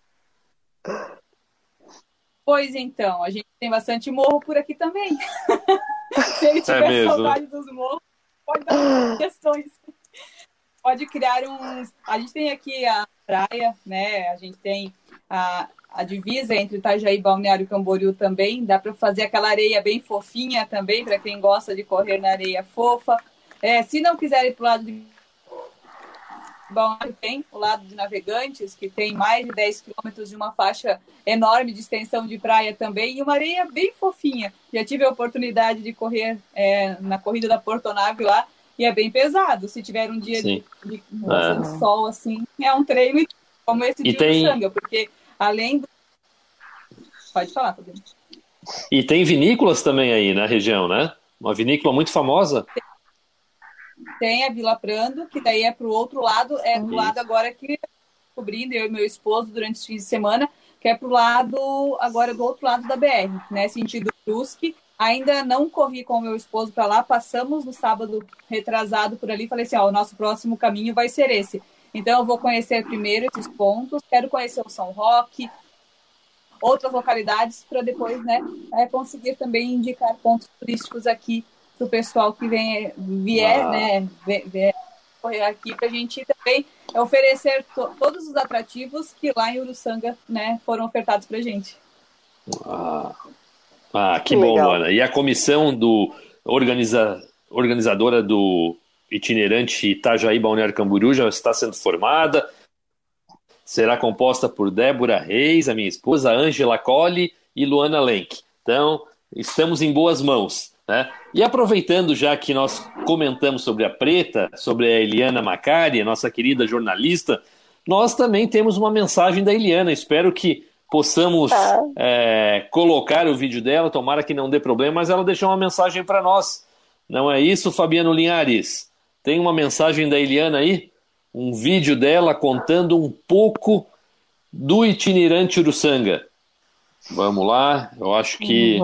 Pois então, a gente tem bastante morro por aqui também. Se ele tiver saudade dos morros, pode dar questões. Pode criar uns... A gente tem aqui a praia, né? A gente tem a divisa entre Itajaí e Balneário Camboriú também. Dá para fazer aquela areia bem fofinha também, para quem gosta de correr na areia fofa. Se não quiser ir para o lado de Balneário, tem o lado de Navegantes, que tem mais de 10 quilômetros de uma faixa enorme de extensão de praia também, e uma areia bem fofinha. Já tive a oportunidade de correr na corrida da Portonave lá, e é bem pesado. Se tiver um dia de sol, assim, é um treino como esse de Uruçanga, porque além do... Pode falar, Fabiano. E tem vinícolas também aí na região, né? Uma vinícola muito famosa. Tem a Vila Prando, que daí é para o outro lado, do lado agora que cobrindo eu e meu esposo durante os fins de semana, que é pro lado, agora do outro lado da BR, né, sentido Brusque. Ainda não corri com o meu esposo para lá, passamos no sábado retrasado por ali, falei assim, o nosso próximo caminho vai ser esse. Então eu vou conhecer primeiro esses pontos, quero conhecer o São Roque, outras localidades, para depois, né, conseguir também indicar pontos turísticos aqui para o pessoal que vier, né, correr aqui, para a gente também oferecer todos os atrativos que lá em Uruçanga, né, foram ofertados para a gente. Que bom, Luana. E a comissão organizadora do itinerante Itajaí Balneário Camboriú já está sendo formada. Será composta por Débora Reis, a minha esposa, Ângela Colli e Luana Lenk. Então, estamos em boas mãos, né? E aproveitando já que nós comentamos sobre a Preta, sobre a Eliana Macari, a nossa querida jornalista, nós também temos uma mensagem da Eliana. Espero que possamos colocar o vídeo dela, tomara que não dê problema, mas ela deixou uma mensagem para nós. Não é isso, Fabiano Linhares? Tem uma mensagem da Eliana aí? Um vídeo dela contando um pouco do itinerante Uruçanga. Vamos lá, eu acho que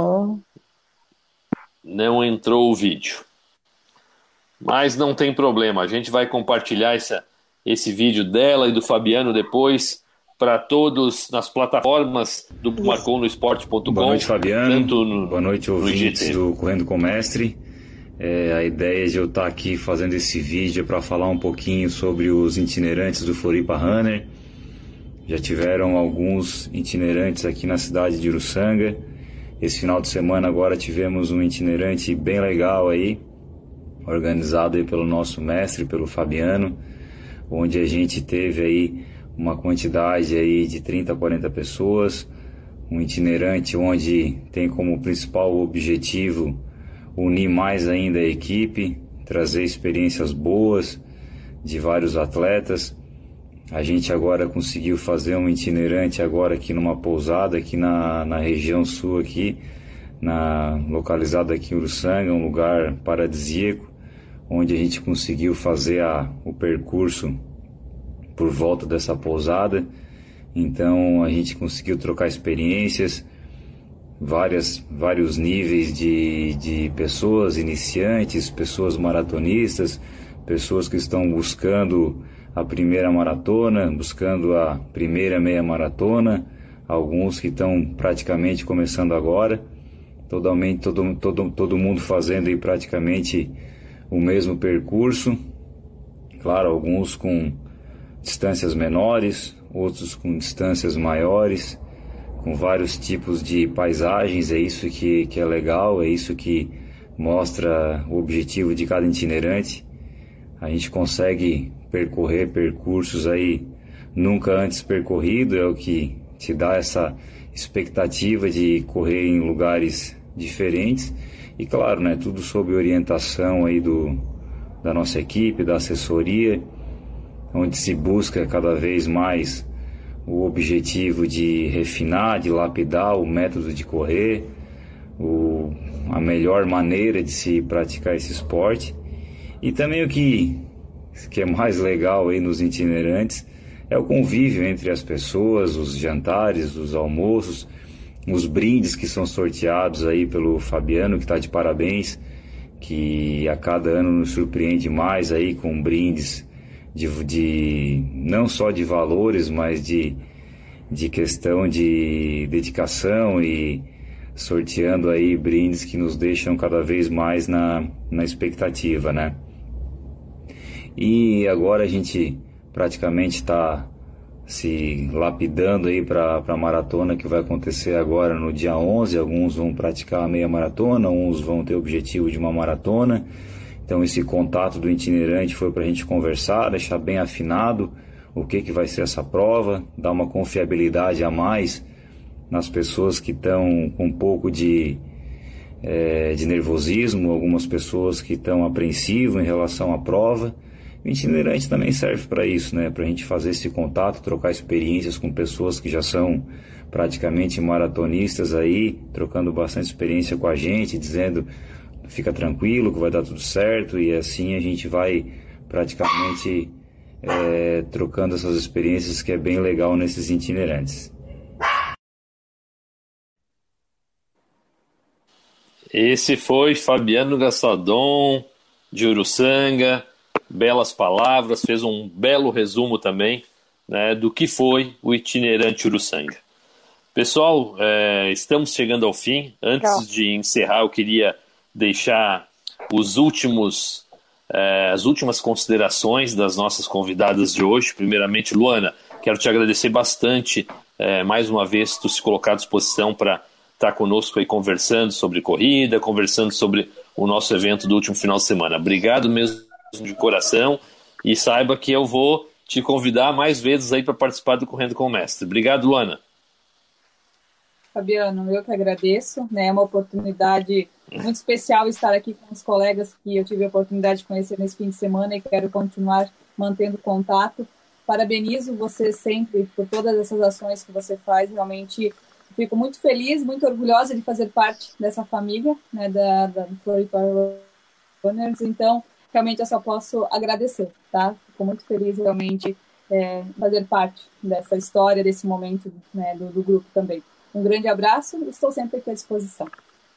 não entrou o vídeo. Mas não tem problema, a gente vai compartilhar esse vídeo dela e do Fabiano depois para todos nas plataformas do marconosport.com. Boa noite, Fabiano. Boa noite, ouvintes do Correndo com o Mestre. A ideia de eu estar aqui fazendo esse vídeo é para falar um pouquinho sobre os itinerantes do Floripa Runner. Já tiveram alguns itinerantes aqui na cidade de Uruçanga. Esse final de semana agora tivemos um itinerante bem legal aí, organizado aí pelo nosso mestre, pelo Fabiano, onde a gente teve aí uma quantidade aí de 30 a 40 pessoas, um itinerante onde tem como principal objetivo unir mais ainda a equipe, trazer experiências boas de vários atletas. A gente agora conseguiu fazer um itinerante agora aqui numa pousada aqui na região sul aqui, localizado aqui em Uruçanga, um lugar paradisíaco, onde a gente conseguiu fazer o percurso por volta dessa pousada. Então a gente conseguiu trocar experiências, vários níveis de pessoas iniciantes, pessoas maratonistas, pessoas que estão buscando a primeira maratona, buscando a primeira meia maratona, alguns que estão praticamente começando agora, todo mundo fazendo aí praticamente o mesmo percurso, claro, alguns com distâncias menores, outros com distâncias maiores, com vários tipos de paisagens. É isso que é legal, é isso que mostra o objetivo de cada itinerante. A gente consegue percorrer percursos aí nunca antes percorrido, é o que te dá essa expectativa de correr em lugares diferentes. E claro, né, tudo sob orientação aí da nossa equipe, da assessoria, onde se busca cada vez mais o objetivo de refinar, de lapidar o método de correr, a melhor maneira de se praticar esse esporte. E também o que é mais legal aí nos itinerantes é o convívio entre as pessoas, os jantares, os almoços, os brindes que são sorteados aí pelo Fabiano, que está de parabéns, que a cada ano nos surpreende mais aí com brindes de não só de valores, mas de questão de dedicação, e sorteando aí brindes que nos deixam cada vez mais na expectativa, né? E agora a gente praticamente está se lapidando aí para a maratona que vai acontecer agora no dia 11. Alguns vão praticar a meia maratona, uns vão ter o objetivo de uma maratona. Então esse contato do itinerante foi para a gente conversar, deixar bem afinado o que vai ser essa prova, dar uma confiabilidade a mais nas pessoas que estão com um pouco de nervosismo, algumas pessoas que estão apreensivas em relação à prova. O itinerante também serve para isso, né? Para a gente fazer esse contato, trocar experiências com pessoas que já são praticamente maratonistas aí, trocando bastante experiência com a gente, dizendo fica tranquilo que vai dar tudo certo, e assim a gente vai praticamente trocando essas experiências, que é bem legal nesses itinerantes. Esse foi Fabiano Gassadon, de Uruçanga. Belas palavras, fez um belo resumo também, né, do que foi o itinerante Uruçanga. Pessoal, estamos chegando ao fim. Antes de encerrar, eu queria deixar as últimas considerações das nossas convidadas de hoje. Primeiramente, Luana, quero te agradecer bastante, mais uma vez, tu se colocar à disposição para estar conosco aí conversando sobre corrida, conversando sobre o nosso evento do último final de semana. Obrigado mesmo de coração, e saiba que eu vou te convidar mais vezes aí para participar do Correndo com o Mestre. Obrigado, Luana. Fabiano, eu que agradeço, né? É uma oportunidade muito especial estar aqui com os colegas que eu tive a oportunidade de conhecer nesse fim de semana, e quero continuar mantendo contato. Parabenizo você sempre por todas essas ações que você faz. Realmente fico muito feliz, muito orgulhosa de fazer parte dessa família, né, da Floripa Runners. Então, realmente eu só posso agradecer, tá? Fico muito feliz realmente fazer parte dessa história, desse momento, né, do grupo também. Um grande abraço, estou sempre aqui à disposição.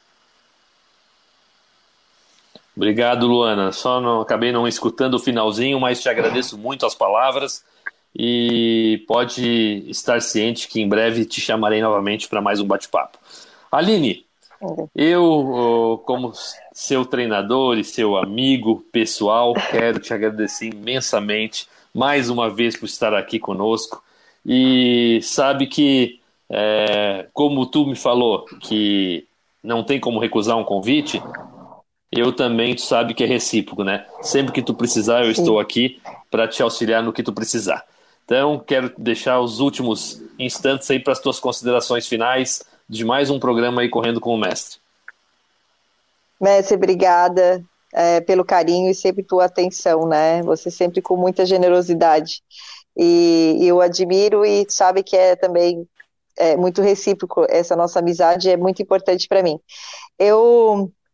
Obrigado, Luana. Acabei não escutando o finalzinho, mas te agradeço muito as palavras, e pode estar ciente que em breve te chamarei novamente para mais um bate-papo. Aline, eu, como seu treinador e seu amigo pessoal, quero te agradecer imensamente mais uma vez por estar aqui conosco. E sabe que, como tu me falou que não tem como recusar um convite, eu também, tu sabe que é recíproco, né? Sempre que tu precisar, eu estou aqui para te auxiliar no que tu precisar. Então, quero deixar os últimos instantes aí para as tuas considerações finais de mais um programa aí Correndo com o Mestre. Mestre, obrigada pelo carinho e sempre tua atenção, né? Você sempre com muita generosidade. E eu admiro, e sabe que também muito recíproco essa nossa amizade, é muito importante para mim. Eu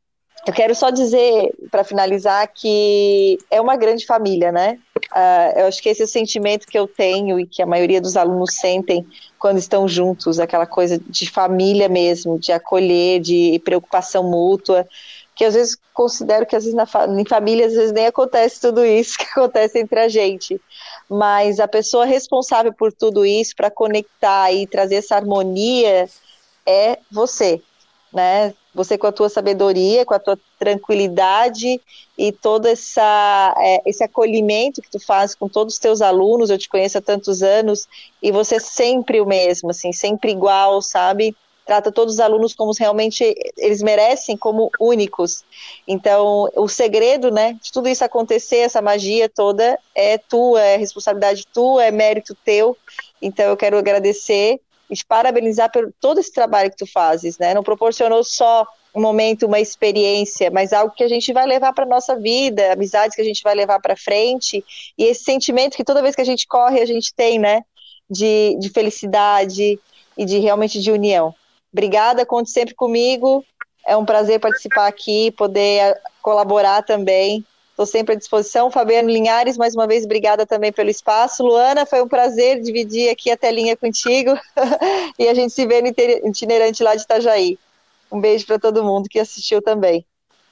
Eu quero só dizer, para finalizar, que é uma grande família, né? Eu acho que esse é o sentimento que eu tenho e que a maioria dos alunos sentem quando estão juntos, aquela coisa de família mesmo, de acolher, de preocupação mútua, que às vezes considero que às vezes em família às vezes nem acontece tudo isso que acontece entre a gente, mas a pessoa responsável por tudo isso, para conectar e trazer essa harmonia, é você, né? Você com a tua sabedoria, com a tua tranquilidade e todo esse acolhimento que tu faz com todos os teus alunos. Eu te conheço há tantos anos e você é sempre o mesmo, assim, sempre igual, sabe? Trata todos os alunos como realmente eles merecem, como únicos. Então, o segredo, né, de tudo isso acontecer, essa magia toda, é tua, é responsabilidade tua, é mérito teu. Então, eu quero agradecer e te parabenizar por todo esse trabalho que tu fazes, né? Não proporcionou só um momento, uma experiência, mas algo que a gente vai levar para a nossa vida, amizades que a gente vai levar para frente, e esse sentimento que toda vez que a gente corre, a gente tem, né? De felicidade e de realmente de união. Obrigada, conte sempre comigo, é um prazer participar aqui, poder colaborar também. Estou sempre à disposição. Fabiano Linhares, mais uma vez, obrigada também pelo espaço. Luana, foi um prazer dividir aqui a telinha contigo e a gente se vê no itinerante lá de Itajaí. Um beijo para todo mundo que assistiu também.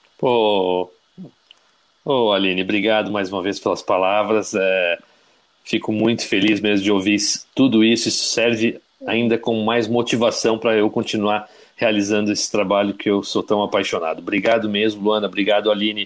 Aline, obrigado mais uma vez pelas palavras. Fico muito feliz mesmo de ouvir tudo isso. Isso serve ainda com mais motivação para eu continuar realizando esse trabalho que eu sou tão apaixonado. Obrigado mesmo, Luana. Obrigado, Aline.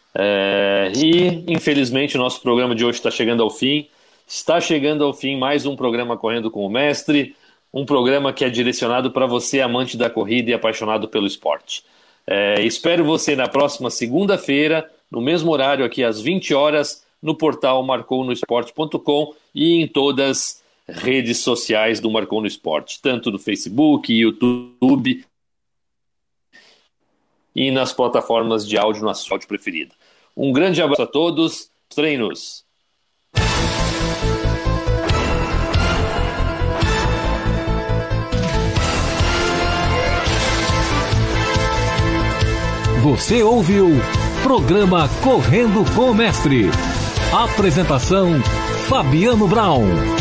E infelizmente o nosso programa de hoje está chegando ao fim. Está chegando ao fim mais um programa Correndo com o Mestre, um programa que é direcionado para você, amante da corrida e apaixonado pelo esporte. Espero você na próxima segunda-feira, no mesmo horário aqui às 20 horas, no portal marconosport.com e em todas as redes sociais do Marcou no Esporte, tanto no Facebook, YouTube e nas plataformas de áudio, na sua áudio preferida. Um grande abraço a todos. Treinos. Você ouviu programa Correndo com o Mestre. Apresentação Fabiano Brown.